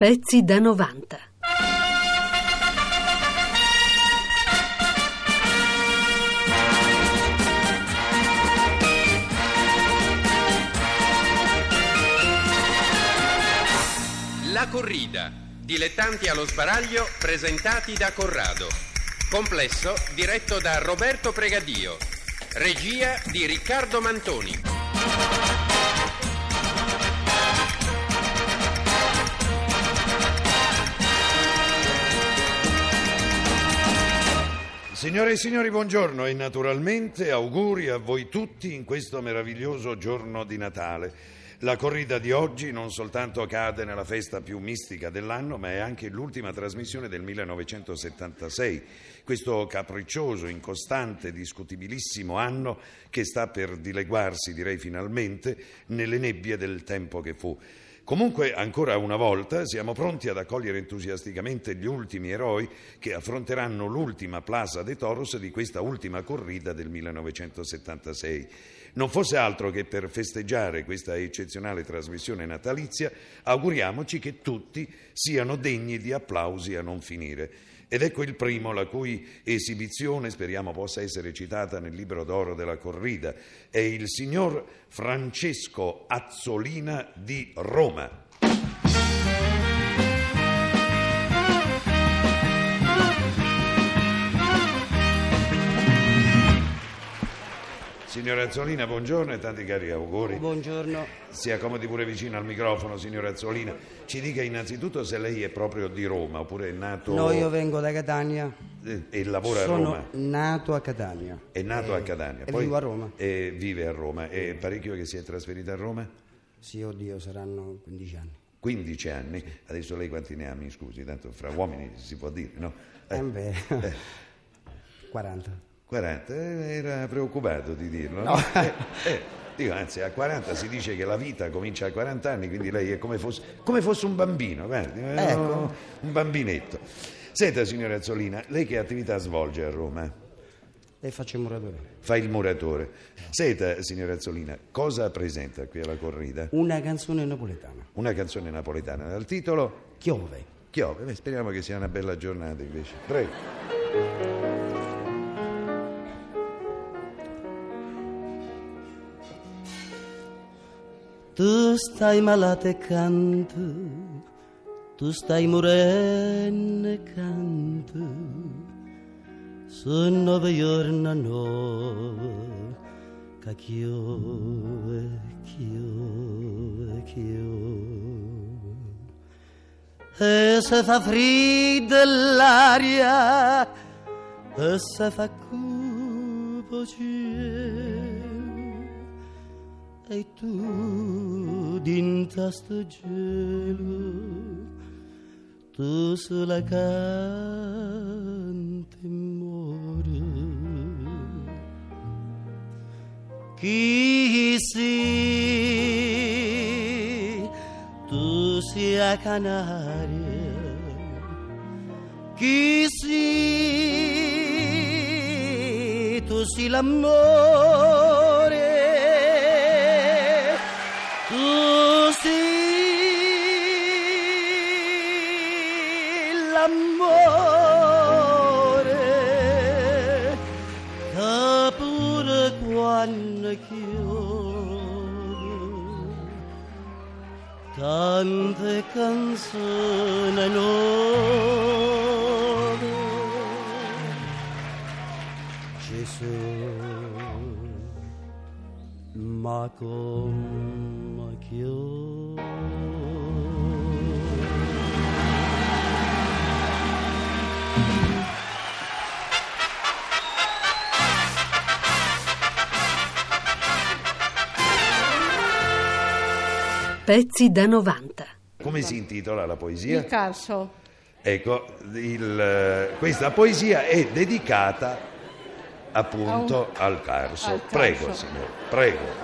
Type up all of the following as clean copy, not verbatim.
Pezzi da 90. La corrida, dilettanti allo sbaraglio presentati da Corrado. Complesso diretto da Roberto Pregadio. Regia di Riccardo Mantoni. Signore e signori, buongiorno e naturalmente auguri a voi tutti in questo meraviglioso giorno di Natale. La corrida di oggi non soltanto cade nella festa più mistica dell'anno, ma è anche l'ultima trasmissione del 1976, questo capriccioso, incostante, discutibilissimo anno che sta per dileguarsi, direi finalmente, nelle nebbie del tempo che fu. Comunque, ancora una volta, siamo pronti ad accogliere entusiasticamente gli ultimi eroi che affronteranno l'ultima Plaza de Toros di questa ultima corrida del 1976. Non fosse altro che per festeggiare questa eccezionale trasmissione natalizia, auguriamoci che tutti siano degni di applausi a non finire. Ed ecco il primo, la cui esibizione speriamo possa essere citata nel libro d'oro della corrida. È il signor Francesco Azzolina di Roma. Signora Azzolina, buongiorno e tanti cari auguri. Buongiorno. Si accomodi pure vicino al microfono, signora Azzolina. Ci dica innanzitutto se lei è proprio di Roma oppure è nato... No, io vengo da Catania. E lavora a Roma? Sono nato a Catania. È nato a Catania. E Poi vivo a Roma. E vive a Roma. È parecchio che si è trasferita a Roma? Sì, oddio, saranno 15 anni. 15 anni? Adesso lei quanti ne ha, mi scusi? Tanto fra uomini si può dire, no? 40. 40, era preoccupato di dirlo, no? Dico, anzi, a 40 si dice che la vita comincia a 40 anni, quindi lei è come fosse un bambino, guardi, ecco. Un bambinetto. Senta, signora Azzolina, lei che attività svolge a Roma? E faccio il muratore. Fa il muratore. Senta, signora Azzolina, cosa presenta qui alla corrida? Una canzone napoletana. Una canzone napoletana, dal titolo? Chiove. Chiove. Beh, speriamo che sia una bella giornata invece. Prego. Tu stai malata e canto, tu stai morendo e canto, sono 9 giorni a no, che chiove, chiove, chiove. E se fa fredda l'aria, e se fa cupo cielo, e tu dinta sto gelo, tu sulla canti muore. Chi sei? Tu sia Canaria. Chi sei? Tu sei l'amore. Tu sei l'amore che pure quando chiude tante canzoni nuove. Gesù, ma come chiude. Pezzi da 90. Come si intitola la poesia? Il Carso. Ecco, questa poesia è dedicata appunto al Carso. Prego, signore, prego.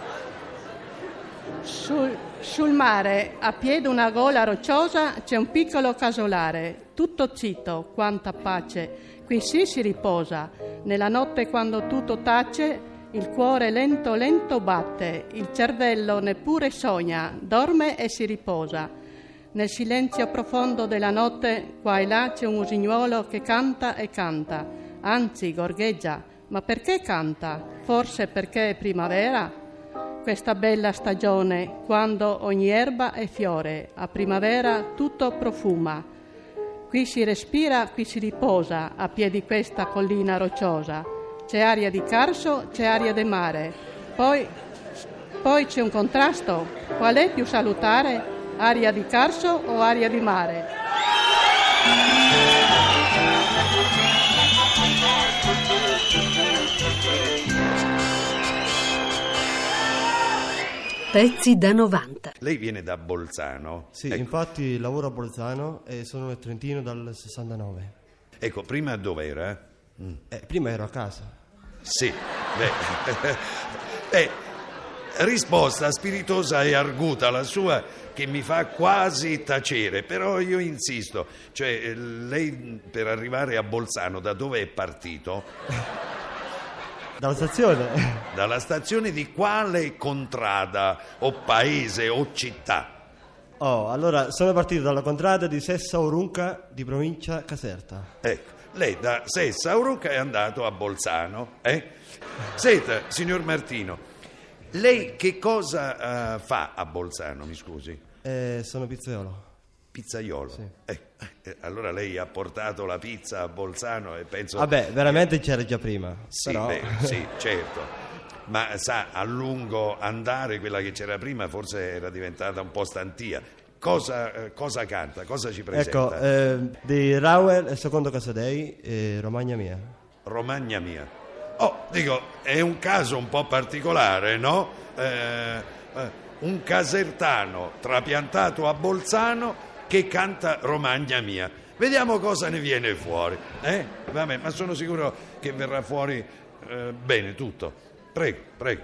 Sul mare, a piede una gola rocciosa, c'è un piccolo casolare. Tutto zitto, quanta pace. Qui sì si riposa. Nella notte quando tutto tace, il cuore lento lento batte, il cervello neppure sogna, dorme e si riposa. Nel silenzio profondo della notte, qua e là c'è un usignuolo che canta e canta, anzi gorgheggia. Ma perché canta? Forse perché è primavera? Questa bella stagione, quando ogni erba è fiore, a primavera tutto profuma. Qui si respira, qui si riposa, a piedi di questa collina rocciosa. C'è aria di Carso, c'è aria di mare. Poi c'è un contrasto. Qual è più salutare? Aria di Carso o aria di mare? Pezzi da 90. Lei viene da Bolzano? Sì, Ecco. infatti lavoro a Bolzano e sono nel Trentino dal 69. Ecco, prima dov'era? Prima ero a casa. Sì, beh, risposta spiritosa e arguta la sua, che mi fa quasi tacere, però io insisto, cioè lei per arrivare a Bolzano da dove è partito? Dalla stazione? Dalla stazione di quale contrada o paese o città? Oh, allora sono partito dalla contrada di Sessa Aurunca di provincia Caserta. Ecco, lei da Sessa Aurunca è andato a Bolzano, Senta, signor Martino, lei che cosa fa a Bolzano, mi scusi? Sono pizzaiolo. Pizzaiolo? Sì. Allora lei ha portato la pizza a Bolzano e penso... Vabbè, veramente c'era già prima. Sì, però... sì, certo. Ma sa, a lungo andare quella che c'era prima forse era diventata un po' stantia. Cosa canta? Cosa ci presenta? Ecco, di Rauel, il secondo Casadei, Romagna mia. Romagna mia. Oh, dico, è un caso un po' particolare, no? Un casertano trapiantato a Bolzano che canta Romagna mia. Vediamo cosa ne viene fuori. Vabbè, ma sono sicuro che verrà fuori bene tutto. Prego, prego.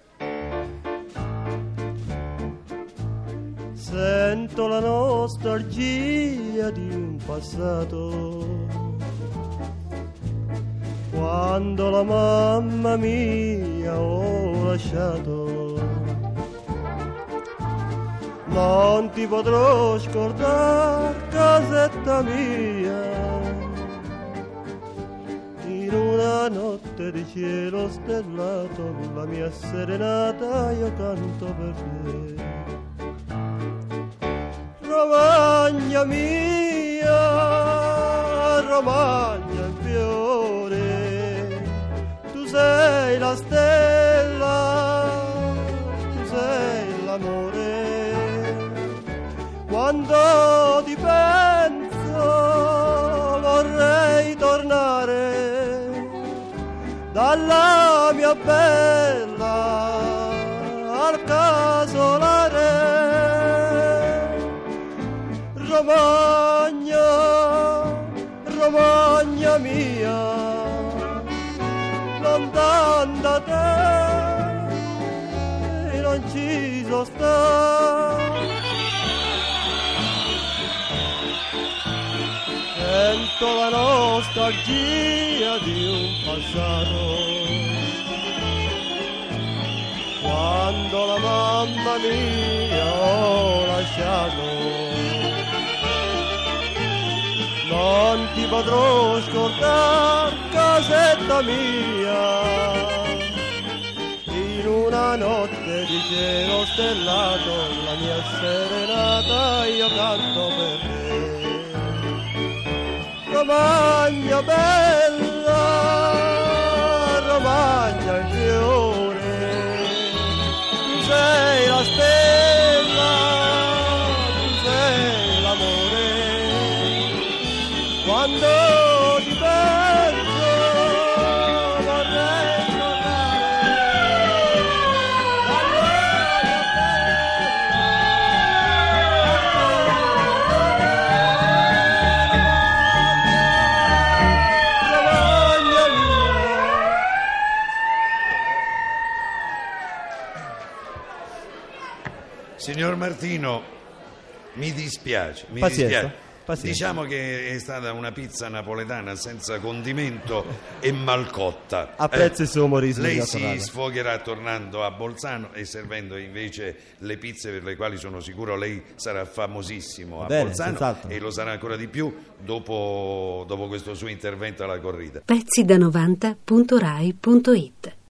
Sento la nostalgia di un passato, quando la mamma mia ho lasciato. Non ti potrò scordare, casetta mia, in una notte di cielo stellato, la mia serenata io canto per te. Romagna mia, Romagna in fiore, tu sei la stella, tu sei l'amore. Quando ti penso vorrei tornare dalla mia bella al casolare. Romagna, Romagna mia, lontano da te non ci so stare. Sento la nostalgia di un passato, quando la mamma mia ho lasciato. Non ti potrò scordare, casetta mia, in una notte di cielo stellato, la mia serenata io canto per te. Romagna bella, Romagna in fiore, tu sei la stella, tu sei l'amore. Quando ti penso vorrei tornare dalla mia Romagna mia. Signor Martino, mi dispiace, Pazienza. Pazienza. Diciamo che è stata una pizza napoletana senza condimento e malcotta. Apprezzo il suo umorismo. Lei signor si Corrado. sfogherà tornando a Bolzano e servendo invece le pizze per le quali sono sicuro lei sarà famosissimo a Bene, Bolzano, senz'altro. e lo sarà ancora di più dopo questo suo intervento alla corrida. Pezzi da 90.rai.it